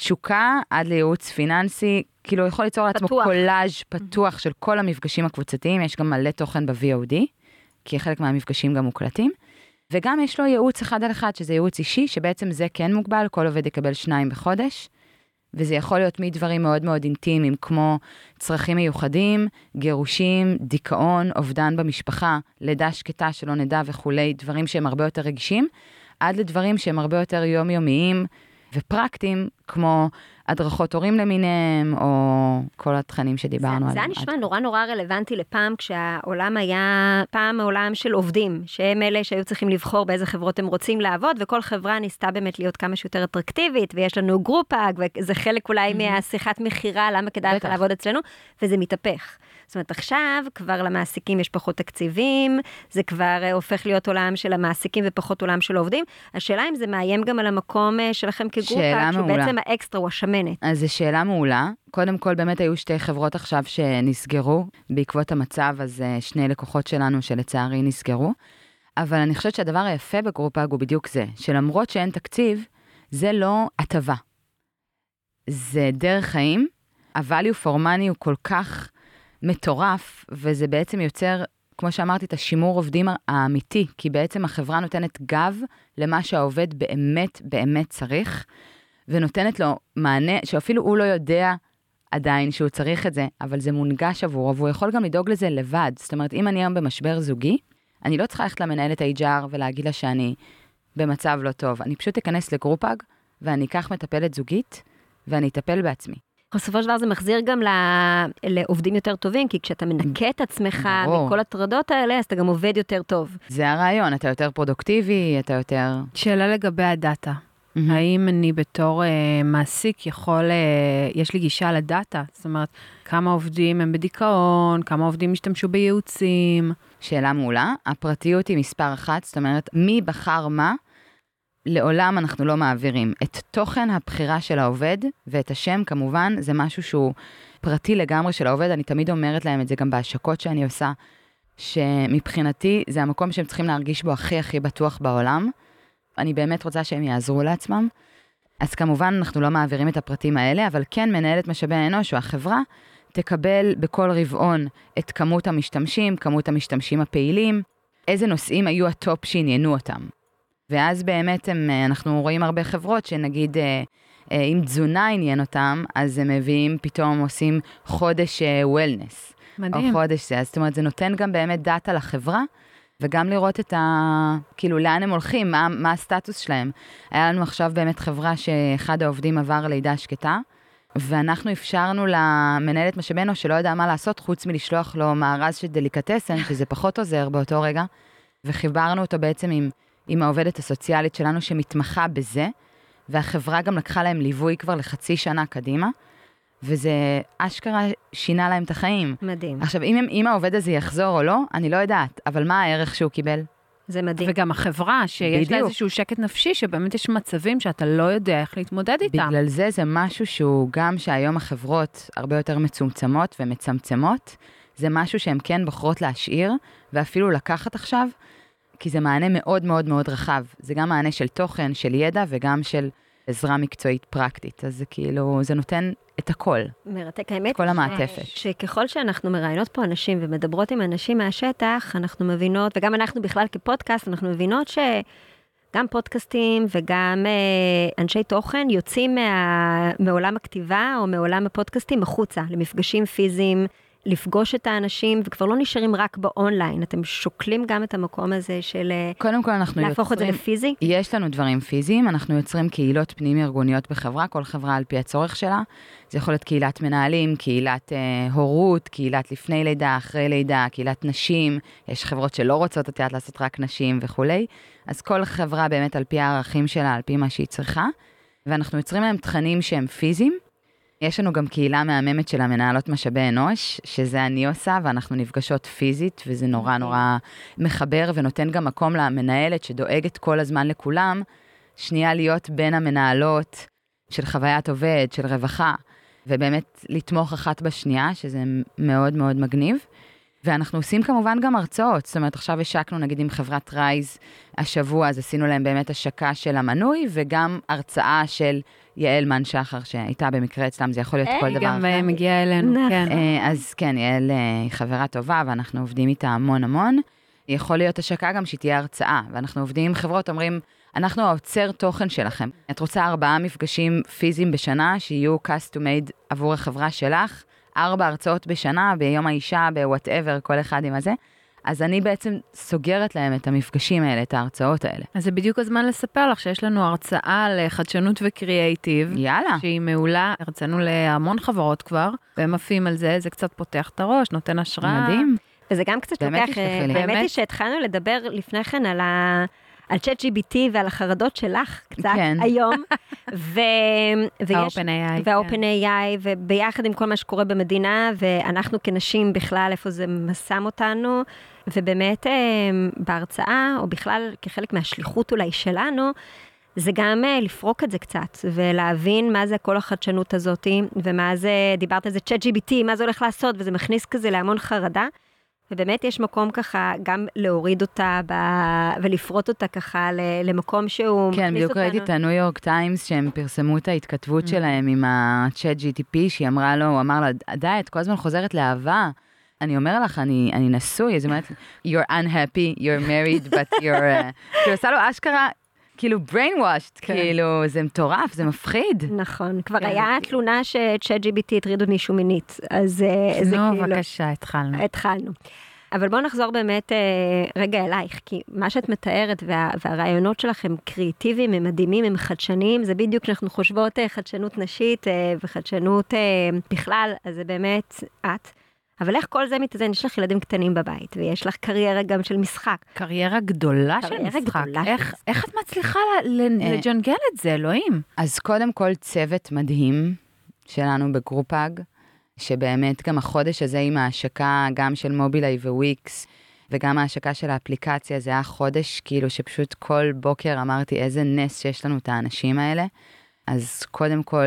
מתשוקה עד לייעוץ פיננסי, כאילו יכול ליצור לעצמו פתוח. קולאז' פתוח של כל המפגשים הקבוצתיים, יש גם מלא תוכן ב-וי או די, כי חלק מהמפגשים גם מוקלטים, וגם יש לו ייעוץ אחד על אחד, שזה ייעוץ אישי, שבעצם זה כן מוגבל, כל עובד יקבל שניים בחודש, וזה יכול להיות מדברים מאוד מאוד אינטימיים, כמו צרכים מיוחדים, גירושים, דיכאון, אובדן במשפחה, לידה שקטה שלא נדע וכולי, דברים שהם הרבה יותר רגישים, עד לדברים שהם הרבה יותר יומיומיים ופרקטיים, כמו הדרכות הורים למיניהם, או כל התכנים שדיברנו עליהם. זה היה נשמע נורא נורא רלוונטי לפעם, כשהעולם היה פעם העולם של עובדים, שהם אלה שהיו צריכים לבחור באיזה חברות הם רוצים לעבוד, וכל חברה ניסתה באמת להיות כמה שיותר אטרקטיבית, ויש לנו גרופאג, וזה חלק אולי מהשיחת מחירה, למה כדאי לך לעבוד אצלנו, וזה מתהפך. זאת אומרת, עכשיו כבר למעסיקים יש פחות תקציבים, זה כבר הופך להיות עולם של המעסיקים ופחות עולם של העובדים. השאלה אם זה מאיים גם על המקום שלכם כגרופאג, שבעצם האקסטרה הוא השמנת. אז זו שאלה מעולה. קודם כל, באמת היו שתי חברות עכשיו שנסגרו, בעקבות המצב, אז שני לקוחות שלנו שלצערי נסגרו. אבל אני חושבת שהדבר היפה בגרופאג הוא בדיוק זה, שלמרות שאין תקציב, זה לא הטבה. זה דרך חיים, ה-value for money הוא כל כך מטורף, וזה בעצם יוצר, כמו שאמרתי, את השימור עובדים האמיתי, כי בעצם החברה נותנת גב למה שהעובד באמת באמת צריך, ונותנת לו מענה שאפילו הוא לא יודע עדיין שהוא צריך את זה, אבל זה מונגש עבורו, והוא יכול גם לדאוג לזה לבד. זאת אומרת, אם אני היום במשבר זוגי, אני לא צריכה ללכת למנהלת ה-אייץ' אר ולהגיד לה שאני במצב לא טוב. אני פשוט אכנס לגרופאג, ואני אקח מטפלת זוגית, ואני אטפל בעצמי. בסופו של דבר זה מחזיר גם לעובדים יותר טובים, כי כשאתה מנקה את עצמך מכל הטרדות האלה, אז אתה גם עובד יותר טוב. זה הרעיון, אתה יותר פרודוקטיבי, אתה יותר... שאלה לגבי הדאטה. האם אני בתור מעסיק יכול, יש לי גישה לדאטה? זאת אומרת, כמה עובדים הם בדיכאון, כמה עובדים משתמשו בייעוצים? שאלה מעולה. הפרטיות היא מספר אחת, זאת אומרת, מי בחר מה? לעולם אנחנו לא מעבירים. את תוכן הבחירה של העובד, ואת השם כמובן, זה משהו שהוא פרטי לגמרי של העובד. אני תמיד אומרת להם את זה גם בהשקות שאני עושה, שמבחינתי זה המקום שהם צריכים להרגיש בו הכי הכי בטוח בעולם. אני באמת רוצה שהם יעזרו לעצמם. אז כמובן אנחנו לא מעבירים את הפרטים האלה, אבל כן מנהלת משאבי האנוש או החברה, תקבל בכל רבעון את כמות המשתמשים, כמות המשתמשים הפעילים, איזה נושאים היו הטופ שעניינו אותם. ואז באמת הם, אנחנו רואים הרבה חברות שנגיד, אם תזונה עניין אותם, אז הם מביאים, פתאום עושים חודש וולנס. מדהים. או חודש זה. אז זאת אומרת, זה נותן גם באמת דאטה לחברה, וגם לראות את ה... כאילו, לאן הם הולכים, מה, מה הסטטוס שלהם. היה לנו עכשיו באמת חברה שאחד העובדים עבר לידה שקטה, ואנחנו אפשרנו למנהלת משאבנו שלא יודע מה לעשות, חוץ מלשלוח לו מארז של דליקטסן, שזה פחות עוזר באותו רגע, וחיברנו אותו בעצם עם... עם העובדת הסוציאלית שלנו שמתמחה בזה, והחברה גם לקחה להם ליווי כבר לחצי שנה קדימה, וזה אשכרה שינה להם את החיים. מדהים. עכשיו, אם, אם העובד הזה יחזור או לא, אני לא יודעת, אבל מה הערך שהוא קיבל? זה מדהים. וגם החברה, שיש לה איזשהו שקט נפשי, שבאמת יש מצבים שאתה לא יודע איך להתמודד איתם. בגלל זה זה משהו שהוא גם שהיום החברות הרבה יותר מצומצמות ומצמצמות, זה משהו שהן כן בוחרות להשאיר, ואפילו לקחת עכשיו, כי זה מענה מאוד מאוד מאוד רחב. זה גם מענה של תוכן, של ידע, וגם של עזרה מקצועית פרקטית. אז זה כאילו, זה נותן את הכל. מרתק, האמת. את כל המעטפת. שככל שאנחנו מראיינות פה אנשים, ומדברות עם אנשים מהשטח, אנחנו מבינות, וגם אנחנו בכלל כפודקאסט, אנחנו מבינות שגם פודקאסטים, וגם אה, אנשי תוכן, יוצאים מה, מעולם הכתיבה, או מעולם הפודקאסטים, החוצה, למפגשים פיזיים, לפגוש את האנשים, וכבר לא נשארים רק באונליין. אתם שוקלים גם את המקום הזה של קודם כל אנחנו להפוך יוצרים, את זה לפיזי? יש לנו דברים פיזיים, אנחנו יוצרים קהילות פנים ארגוניות בחברה, כל חברה על פי הצורך שלה. זה יכול להיות קהילת מנהלים, קהילת אה, הורות, קהילת לפני לידה, אחרי לידה, קהילת נשים, יש חברות שלא רוצות את יודעת לעשות רק נשים וכולי. אז כל חברה באמת על פי הערכים שלה, על פי מה שהיא צריכה, ואנחנו יוצרים להם תכנים שהם פיזיים, יש לנו גם קהילה מהממת של המנהלות משאבי אנוש, שזה אני עושה, ואנחנו נפגשות פיזית, וזה נורא נורא מחבר, ונותן גם מקום למנהלת שדואגת כל הזמן לכולם, שנייה להיות בין המנהלות של חוויית עובד, של רווחה, ובאמת לתמוך אחת בשנייה, שזה מאוד מאוד מגניב. ואנחנו עושים כמובן גם הרצאות, זאת אומרת, עכשיו השקנו נגיד עם חברת רייז השבוע, אז עשינו להם באמת השקה של המנוי, וגם הרצאה של יעל מן שחר, שהייתה במקרה אצלם, זה יכול להיות כל דבר. גם מגיעה אלינו, כן. אז כן, יעל היא חברה טובה, ואנחנו עובדים איתה המון המון. יכול להיות השקה גם שהיא תהיה הרצאה, ואנחנו עובדים עם חברות, אומרים, אנחנו העוצר תוכן שלכם. את רוצה ארבעה מפגשים פיזיים בשנה, שיהיו custom made עבור החברה שלך, ארבע הרצאות בשנה, ביום האישה, ב-whatever, כל אחד עם הזה. אז אני בעצם סוגרת להם את המפגשים האלה, את ההרצאות האלה. אז זה בדיוק הזמן לספר לך שיש לנו הרצאה לחדשנות וקריאייטיב. יאללה. שהיא מעולה, הרצנו להמון חברות כבר, והם עפים על זה, זה קצת פותח את הראש, נותן השראה. מדהים. וזה גם קצת באמת לוקח, באמת היא שהתחלנו לדבר לפני כן על ה... על צ'אט ג'י פי טי ועל החרדות שלך קצת כן. היום. ו... ויש... ה-OpenAI. וה-OpenAI, וביחד עם כל מה שקורה במדינה, ואנחנו כנשים בכלל, איפה זה שם אותנו, ובאמת בהרצאה, או בכלל כחלק מהשליחות אולי שלנו, זה גם לפרוק את זה קצת, ולהבין מה זה כל החדשנות הזאת, ומה זה, דיברת על זה צ'אט ג'י פי טי, מה זה הולך לעשות, וזה מכניס כזה להמון חרדה, ובאמת יש מקום ככה גם להוריד אותה ב... ולפרוט אותה ככה למקום שהוא מכניס אותנו. כן, בדיוק ראיתי את הניו יורק טיימס שהם פרסמו את ההתכתבות שלהם עם ה-צ'אט ג'י פי טי, שהיא אמרה לו, הוא אמר לה, די, את כל הזמן חוזרת לאהבה. אני אומר לך, אני, אני נשוי, אז היא אומרת, you're unhappy, you're married, but you're... Uh... כאילו עושה לו אשכרה, כאילו brainwashed, כאילו זה מטורף, זה מפחיד. נכון, כבר היה תלונה שצ'אט ג'י פי טי הטריד מישהו מינית, אז זה כאילו... נו, בבקשה, התחלנו. התחלנו. אבל בואו נחזור באמת רגע אלייך, כי מה שאת מתארת וה, והרעיונות שלך הם קריאטיביים, הם מדהימים, הם חדשניים, זה בדיוק שאנחנו חושבות חדשנות נשית וחדשנות בכלל, אז זה באמת את. אבל איך כל זה מתאזן? יש לך ילדים קטנים בבית, ויש לך קריירה גם של משחק. קריירה גדולה קריירה של משחק. גדולה איך, של איך את מצליחה לג'נגל את זה, אלוהים? אז קודם כל צוות מדהים שלנו בגרופאג, שבאמת גם החודש הזה עם ההשקה גם של מובילאיי וויקס, וגם ההשקה של האפליקציה, זה היה חודש כאילו שפשוט כל בוקר אמרתי איזה נס שיש לנו את האנשים האלה. אז קודם כל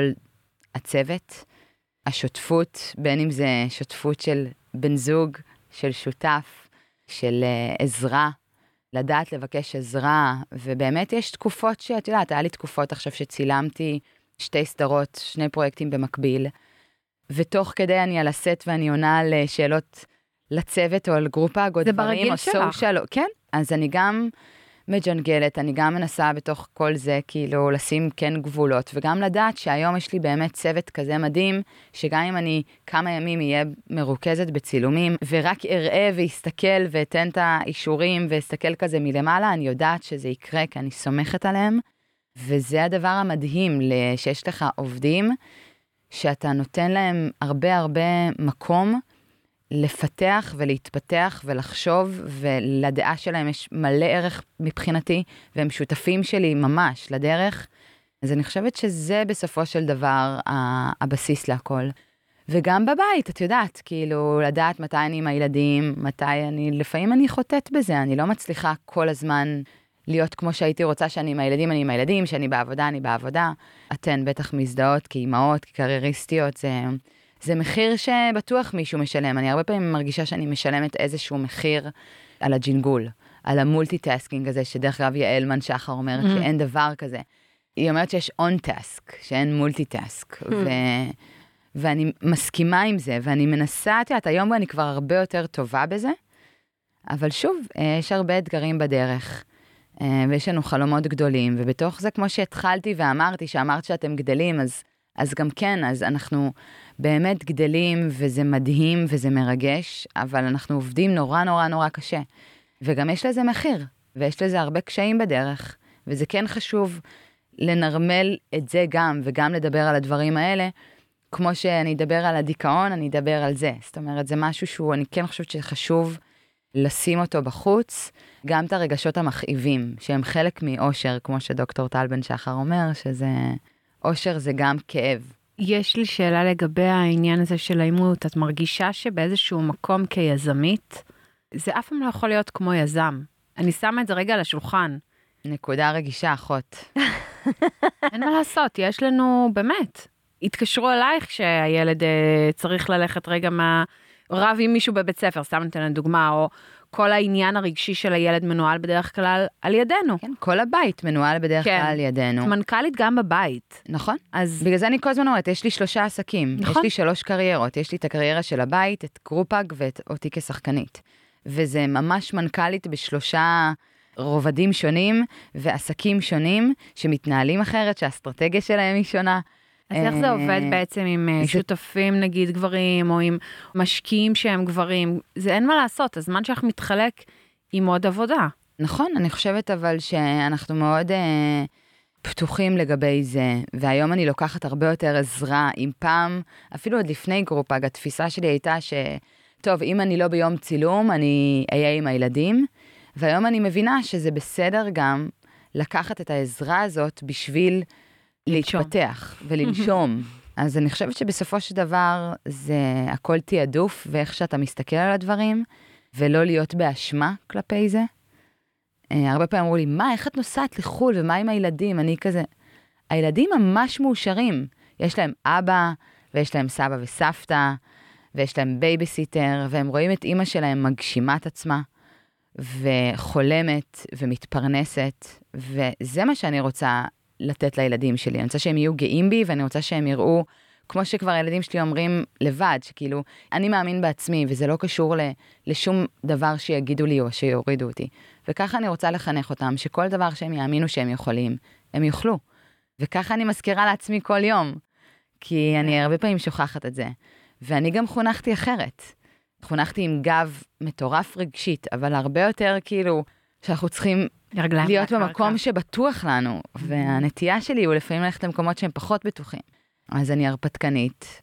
הצוות, השותפות, בין אם זה שותפות של בן זוג, של שותף, של uh, עזרה, לדעת לבקש עזרה, ובאמת יש תקופות שאת יודעת, היה לי תקופות עכשיו שצילמתי שתי סדרות, שני פרויקטים במקביל, ותוך כדי אני על הסט ואני עונה על שאלות לצוות או על גרופאג או דברים או סושיאל, כן, אז אני גם מג'נגלת, אני גם מנסה בתוך כל זה כאילו לשים כן גבולות, וגם לדעת שהיום יש לי באמת צוות כזה מדהים, שגם אם אני כמה ימים אהיה מרוכזת בצילומים, ורק אראה ויסתכל ואתן את האישורים ואסתכל כזה מלמעלה, אני יודעת שזה יקרה כי אני סומכת עליהם, וזה הדבר המדהים שיש לך עובדים, שאתה נותן להם הרבה הרבה מקום לפתח ולהתפתח ולחשוב, ולדעה שלהם יש מלא ערך מבחינתי, והם שותפים שלי ממש לדרך. אז אני חושבת שזה בסופו של דבר הבסיס להכל. וגם בבית, את יודעת, כאילו לדעת מתי אני עם הילדים, מתי אני, לפעמים אני חוטאת בזה, אני לא מצליחה כל הזמן להיות כמו שהייתי רוצה שאני עם הילדים, אני עם הילדים, שאני בעבודה, אני בעבודה. אתן בטח מזדהות כאימהות, כקרייריסטיות, זה... זה מחיר שבטוח מישהו משלם. אני הרבה פעמים מרגישה שאני משלמת איזשהו מחיר על הג'ינגול, על המולטי-טסקינג הזה, שדרך אגב יעל מן שחר אומרת mm-hmm. שאין דבר כזה. היא אומרת שיש on-task, שאין מולטי-טסק. Mm-hmm. ו... ואני מסכימה עם זה, ואני מנסה, את היום אני כבר הרבה יותר טובה בזה, אבל שוב, יש הרבה אתגרים בדרך, ויש לנו חלומות גדולים, ובתוך זה, כמו שהתחלתי ואמרתי, שאמרת שאתם גדלים, אז, אז גם כן, אז אנחנו באמת גדלים, וזה מדהים, וזה מרגש, אבל אנחנו עובדים נורא נורא נורא קשה, וגם יש לזה מחיר, ויש לזה הרבה קשיים בדרך, וזה כן חשוב לנרמל את זה גם, וגם לדבר על הדברים האלה, כמו שאני אדבר על הדיכאון, אני אדבר על זה. זאת אומרת, זה משהו שהוא, אני כן חושבת שחשוב לשים אותו בחוץ, גם את הרגשות המכאיבים, שהם חלק מאושר, כמו שדוקטור טל בן שחר אומר, שזה, אושר זה גם כאב. יש לי שאלה לגבי העניין הזה של האימות. את מרגישה שבאיזשהו מקום כיזמית, זה אף פעם לא יכול להיות כמו יזם. אני שמה את זה רגע על השולחן. נקודה רגישה, אחות. אין מה לעשות, יש לנו באמת. התקשרו אלייך שהילד uh, צריך ללכת רגע מה, רב עם מישהו בבית ספר, סתם נתן דוגמה, או כל העניין הרגשי של הילד מנוהל בדרך כלל על ידינו. כן, כל הבית מנוהל בדרך כלל על ידינו. מנכ"לית גם בבית. נכון. אז בגלל זה אני כל הזמן אומרת, יש לי שלושה עסקים, נכון. יש לי שלוש קריירות, יש לי את הקריירה של הבית, את גרופאג ואותי כשחקנית. וזה ממש מנכ"לית בשלושה רובדים שונים ועסקים שונים שמתנהלים אחרת, שהאסטרטגיה שלהם היא שונה. אז איך זה עובד בעצם עם שותפים נגיד גברים, או עם משקיעים שהם גברים? זה אין מה לעשות, הזמן שלך מתחלק עם עוד עבודה. נכון, אני חושבת אבל שאנחנו מאוד אה, פתוחים לגבי זה, והיום אני לוקחת הרבה יותר עזרה, אם פעם, אפילו עוד לפני גרופאג, התפיסה שלי הייתה ש, טוב, אם אני לא ביום צילום, אני אהיה עם הילדים, והיום אני מבינה שזה בסדר גם לקחת את העזרה הזאת בשביל להתפתח ולנשום. אז אני חושבת שבסופו של דבר זה הכל תיעדוף, ואיך שאתה מסתכל על הדברים, ולא להיות באשמה כלפי זה. הרבה פעמים אמרו לי, מה, איך את נוסעת לחול, ומה עם הילדים? אני כזה, הילדים ממש מאושרים. יש להם אבא, ויש להם סבא וסבתא, ויש להם בייביסיטר, והם רואים את אמא שלהם מגשימה את עצמה, וחולמת ומתפרנסת, וזה מה שאני רוצה לתת לילדים שלי. אני רוצה שהם יהיו גאים בי, ואני רוצה שהם יראו, כמו שכבר הילדים שלי אומרים לבד, שכאילו, אני מאמין בעצמי, וזה לא קשור לשום דבר שיגידו לי או שיורידו אותי. וככה אני רוצה לחנך אותם, שכל דבר שהם יאמינו שהם יכולים, הם יוכלו. וככה אני מזכירה לעצמי כל יום, כי אני הרבה פעמים שוכחת את זה. ואני גם חונכתי אחרת. חונכתי עם גב מטורף רגשית, אבל הרבה יותר כאילו, שאנחנו צריכים להיות במקום שבטוח לנו, והנטייה שלי הוא לפעמים ללכת למקומות שהם פחות בטוחים. אז אני הרפתקנית,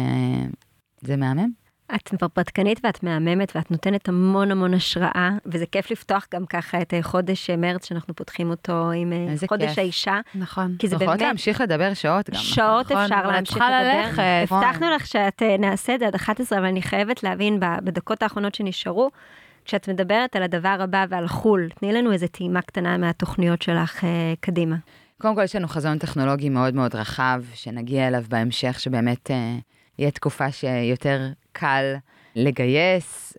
וזה מהמם. את הרפתקנית ואת מהממת, ואת נותנת המון המון השראה, וזה כיף לפתוח גם ככה את חודש מרץ, שאנחנו פותחים אותו עם חודש האישה. נכון. כי זה באמת... יכולת להמשיך לדבר שעות גם. שעות אפשר להמשיך לדבר. הבטחנו לך שאת נעשה את זה עד אחת עשרה, אבל אני חייבת להבין בדקות האחרונות שנשארו, כשאת מדברת על הדבר הבא ועל חול, תני לנו איזו טעימה קטנה מהתוכניות שלך קדימה. קודם כל, יש לנו חזון טכנולוגי מאוד מאוד רחב, שנגיע אליו בהמשך, שבאמת אה, יהיה תקופה שיותר קל לגייס,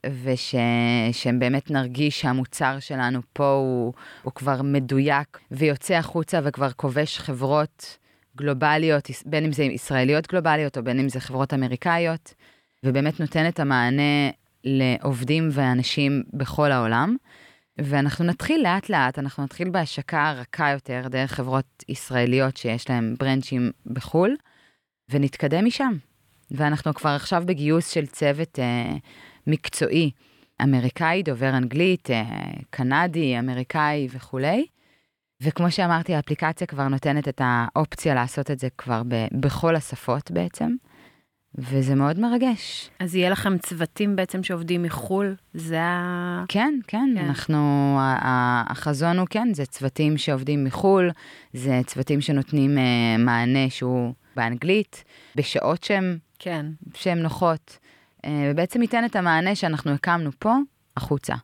ושבאמת נרגיש שהמוצר שלנו פה הוא, הוא כבר מדויק, ויוצא החוצה וכבר כובש חברות גלובליות, בין אם זה ישראליות גלובליות, או בין אם זה חברות אמריקאיות, ובאמת נותן את המענה לעובדים ואנשים בכל העולם. ואנחנו נתחיל לאט לאט, אנחנו נתחיל בהשקה רכה יותר, דרך חברות ישראליות שיש להם ברנצ'ים בחול, ונתקדם משם. ואנחנו כבר עכשיו בגיוס של צוות אה, מקצועי, אמריקאי, דובר אנגלית, אה, קנדי, אמריקאי וכולי. וכמו שאמרתי, האפליקציה כבר נותנת את האופציה לעשות את זה כבר ב- בכל השפות בעצם. וזה מאוד מרגש. אז יהיה לכם צוותים בעצם שעובדים מחול? זה ה... כן, כן, כן. אנחנו, החזון הוא כן, זה צוותים שעובדים מחול, זה צוותים שנותנים uh, מענה שהוא באנגלית, בשעות שהם, כן. שהם נוחות, uh, ובעצם ייתן את המענה שאנחנו הקמנו פה, החוצה.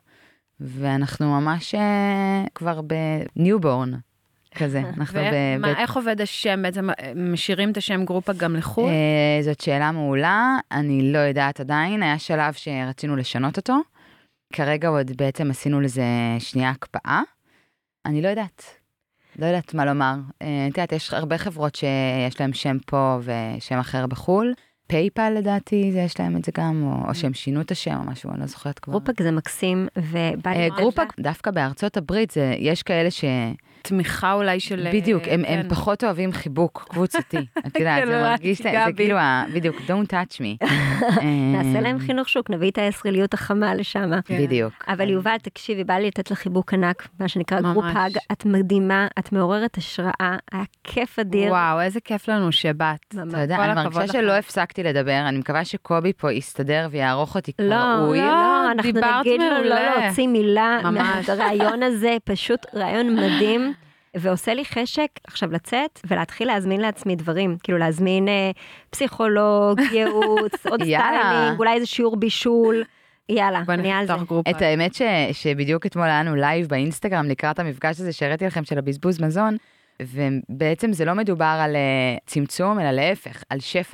ואנחנו ממש uh, כבר בניובורן. כזה, אנחנו ב... איך עובד השם? בעצם משאירים את השם גרופאג גם לחו"ל? זאת שאלה מעולה, אני לא יודעת עדיין, היה שלב שרצינו לשנות אותו, כרגע עוד בעצם עשינו לזה שנייה הקפאה, אני לא יודעת, לא יודעת מה לומר, את יודעת, יש הרבה חברות שיש להם שם פה ושם אחר בחו"ל, פייפל לדעתי, יש להם את זה גם, או, או שהם שינו את השם או משהו, אני לא זוכרת כבר. גרופאג זה מקסים, ובא גרופאג, דווקא בארצות הברית, זה, יש כאלה ש... תמיכה אולי של... בדיוק, הם, כן. הם פחות אוהבים חיבוק קבוצתי. את יודעת, זה מרגיש, זה כאילו, בדיוק, don't touch me. נעשה להם חינוך שוק, נביא את הישראליות החמה לשם. בדיוק. אבל יובל, תקשיבי, בא לי לתת לך חיבוק ענק, מה שנקרא גרופאג, את מדהימה, את מעוררת השראה, היה כיף אדיר. וואו, איזה כיף לנו שבאת. אתה יודע, אני מרגישה שלא הפסקתי לדבר, אני מקווה שקובי פה יסתדר ויערוך אותי כמו ראוי. לא, לא, אנחנו נגיד לו לא להוציא מילה מהרעיון הזה, פשוט רעיון מדהים. ועושה לי חשק עכשיו לצאת ולהתחיל להזמין לעצמי דברים, כאילו להזמין אה, פסיכולוג, ייעוץ, עוד סטיילינג, אולי איזה שיעור בישול, יאללה, אני על זה. את האמת ש, שבדיוק אתמול היה לנו לייב באינסטגרם לקראת המפגש הזה שהראיתי לכם של הבזבוז מזון, ובעצם זה לא מדובר על צמצום, אלא להפך, על שפע.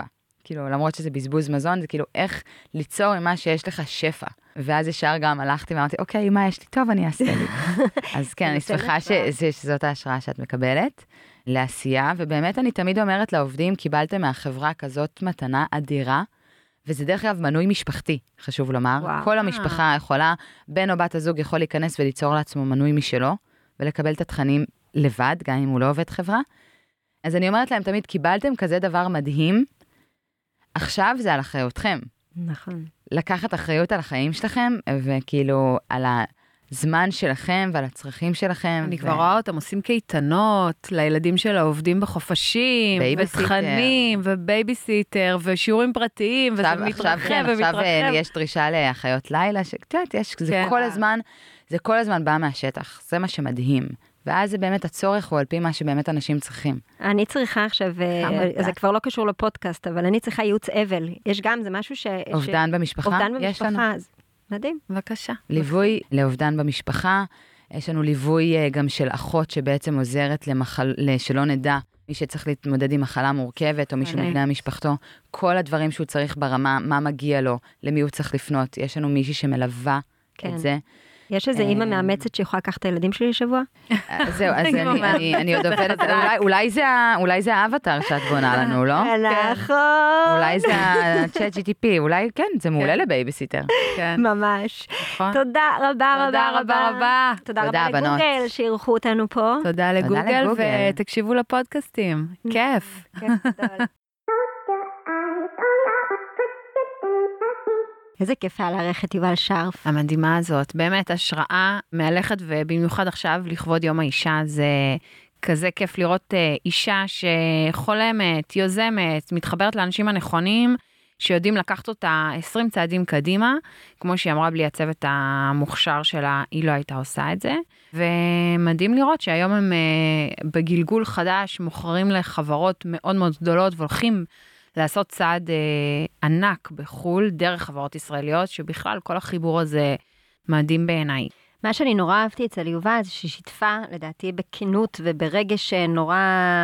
כאילו, למרות שזה בזבוז מזון, זה כאילו איך ליצור עם מה שיש לך שפע. ואז ישר גם הלכתי ואמרתי, אוקיי, מה יש לי? טוב, אני אעשה לי. אז כן, אני שמחה שזאת ההשראה שאת מקבלת לעשייה, ובאמת אני תמיד אומרת לעובדים, קיבלתם מהחברה כזאת מתנה אדירה, וזה דרך אגב מנוי משפחתי, חשוב לומר. וואו. כל המשפחה יכולה, בן או בת הזוג יכול להיכנס וליצור לעצמו מנוי משלו, ולקבל את התכנים לבד, גם אם הוא לא עובד חברה. אז אני אומרת להם תמיד, קיבלתם כזה דבר מדהים, עכשיו זה על אחריותכם. נכון. לקחת אחריות על החיים שלכם, וכאילו על הזמן שלכם ועל הצרכים שלכם. אני ו... כבר רואה אותם עושים קייטנות לילדים של העובדים בחופשים, ותכנים, ובייביסיטר, ושיעורים פרטיים, וזה מתרחב ומתרחב. עכשיו יש דרישה לאחיות לילה, שקצת יש, זה כל הזמן, זה כל הזמן בא מהשטח, זה מה שמדהים. ואז זה באמת הצורך הוא על פי מה שבאמת אנשים צריכים. אני צריכה עכשיו, זה כבר לא קשור לפודקאסט, אבל אני צריכה ייעוץ אבל. יש גם, זה משהו ש... אובדן במשפחה? אובדן במשפחה, מדהים. בבקשה. ליווי לאובדן במשפחה, יש לנו ליווי גם של אחות שבעצם עוזרת שלא נדע, מי שצריך להתמודד עם מחלה מורכבת, או מישהו מבני המשפחתו, כל הדברים שהוא צריך ברמה, מה מגיע לו, למי הוא צריך לפנות. יש לנו מישהי שמלווה את זה. יש איזה אימא מאמצת שיכולה לקחת את הילדים שלי לשבוע? זהו, אז אני עוד עובדת, אולי זה האבטר שאת בונה לנו, לא? נכון. אולי זה ה-צ'אט ג'י טי פי, אולי כן, זה מעולה לבייביסיטר. ממש. תודה רבה רבה רבה רבה. תודה רבה לגוגל שאירחו אותנו פה. תודה לגוגל, ותקשיבו לפודקאסטים. כיף. כיף גדול. איזה כיף היה לערך את יובל שרף. המדהימה הזאת, באמת השראה מהלכת, ובמיוחד עכשיו לכבוד יום האישה, זה כזה כיף לראות אישה שחולמת, יוזמת, מתחברת לאנשים הנכונים, שיודעים לקחת אותה עשרים צעדים קדימה, כמו שהיא אמרה בלי הצוות המוכשר שלה, היא לא הייתה עושה את זה, ומדהים לראות שהיום הם בגלגול חדש, מוכרים לחברות מאוד מאוד גדולות, והולכים לעשות צעד אה, ענק בחול, דרך חברות ישראליות, שבכלל כל החיבור הזה מדהים בעיניי. מה שאני נורא אהבתי אצל יובל, זה ששיתפה, לדעתי, בכנות וברגש נורא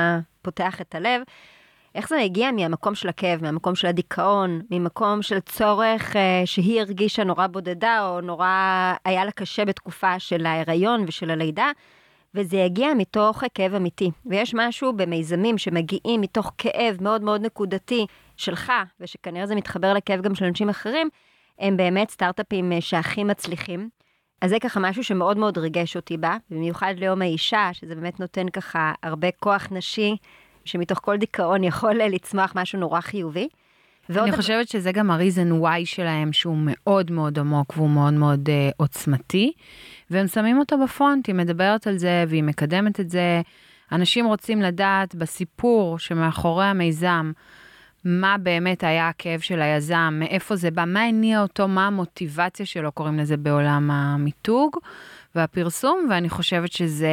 פותח את הלב, איך זה הגיע מהמקום של הכאב, מהמקום של הדיכאון, ממקום של צורך אה, שהיא הרגישה נורא בודדה, או נורא היה לה קשה בתקופה של ההיריון ושל הלידה, וזה יגיע מתוך כאב אמיתי. ויש משהו במיזמים שמגיעים מתוך כאב מאוד מאוד נקודתי שלך, ושכנראה זה מתחבר לכאב גם של אנשים אחרים, הם באמת סטארט-אפים שהכי מצליחים. אז זה ככה משהו שמאוד מאוד ריגש אותי בה, במיוחד ליום האישה, שזה באמת נותן ככה הרבה כוח נשי, שמתוך כל דיכאון יכול לצמוח משהו נורא חיובי. אני חושבת שזה גם הריזן וואי שלהם, שהוא מאוד מאוד עמוק, והוא מאוד מאוד uh, עוצמתי, והם שמים אותו בפרונט, היא מדברת על זה, והיא מקדמת את זה. אנשים רוצים לדעת בסיפור שמאחורי המיזם, מה באמת היה הכאב של היזם, מאיפה זה בא, מה הניע אותו, מה המוטיבציה שלו, קוראים לזה בעולם המיתוג, והפרסום, ואני חושבת שזה,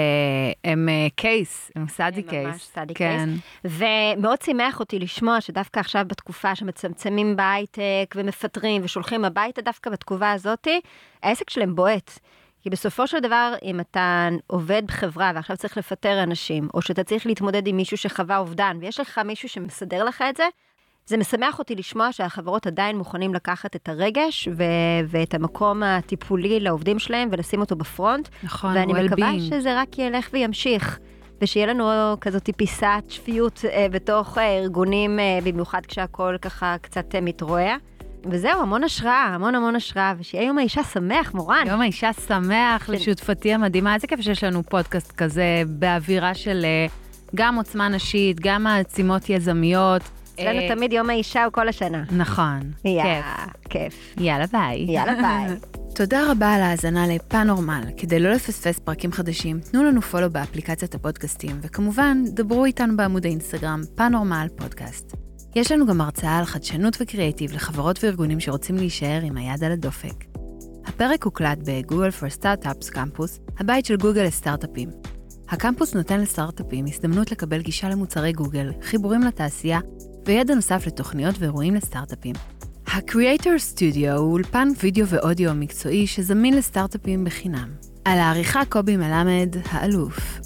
הם קייס, הם סאדי קייס. ממש סאדי קייס. ומאוד שימח אותי לשמוע שדווקא עכשיו בתקופה שמצמצמים בהייטק ומפטרים ושולחים הביתה, דווקא בתקופה הזאת, העסק שלהם בועט. כי בסופו של דבר, אם אתה עובד בחברה ועכשיו צריך לפטר אנשים, או שאתה צריך להתמודד עם מישהו שחווה אובדן, ויש לך מישהו שמסדר לך את זה, זה משמח אותי לשמוע שהחברות עדיין מוכנים לקחת את הרגש ו- ואת המקום הטיפולי לעובדים שלהם ולשים אותו בפרונט. נכון, ואני well-being. מקווה שזה רק ילך וימשיך, ושיהיה לנו כזאת פיסת שפיות אה, בתוך אה, ארגונים, אה, במיוחד כשהכל ככה קצת אה, מתרועע. וזהו, המון השראה, המון המון השראה, ושיהיה יום האישה שמח, מורן. יום האישה שמח, ש... לשותפתי המדהימה. איזה כיף שיש לנו פודקאסט כזה, באווירה של גם עוצמה נשית, גם העצימות יזמיות. אצלנו תמיד יום האישה הוא כל השנה. נכון, כיף. כיף. יאללה ביי. יאללה ביי. תודה רבה על ההאזנה לפאנורמל. כדי לא לפספס פרקים חדשים, תנו לנו פולו באפליקציית הפודקאסטים, וכמובן, דברו איתנו בעמוד האינסטגרם, פאנורמל פודקאסט. יש לנו גם הרצאה על חדשנות וקריאטיב לחברות וארגונים שרוצים להישאר עם היד על הדופק. הפרק הוקלט בגוגל for Startups קמפוס, הבית של גוגל לסטארט-אפים. הקמפוס נותן לסטארט-אפים הזדמנות לקבל גישה למוצרי גוגל, חיבורים לתעשייה, וידע נוסף לתוכניות ואירועים לסטארט-אפים. ה-Creator Studio הוא אולפן וידאו ואודיו מקצועי שזמין לסטארט-אפים בחינם. על העריכה קובי מלמד, האלוף.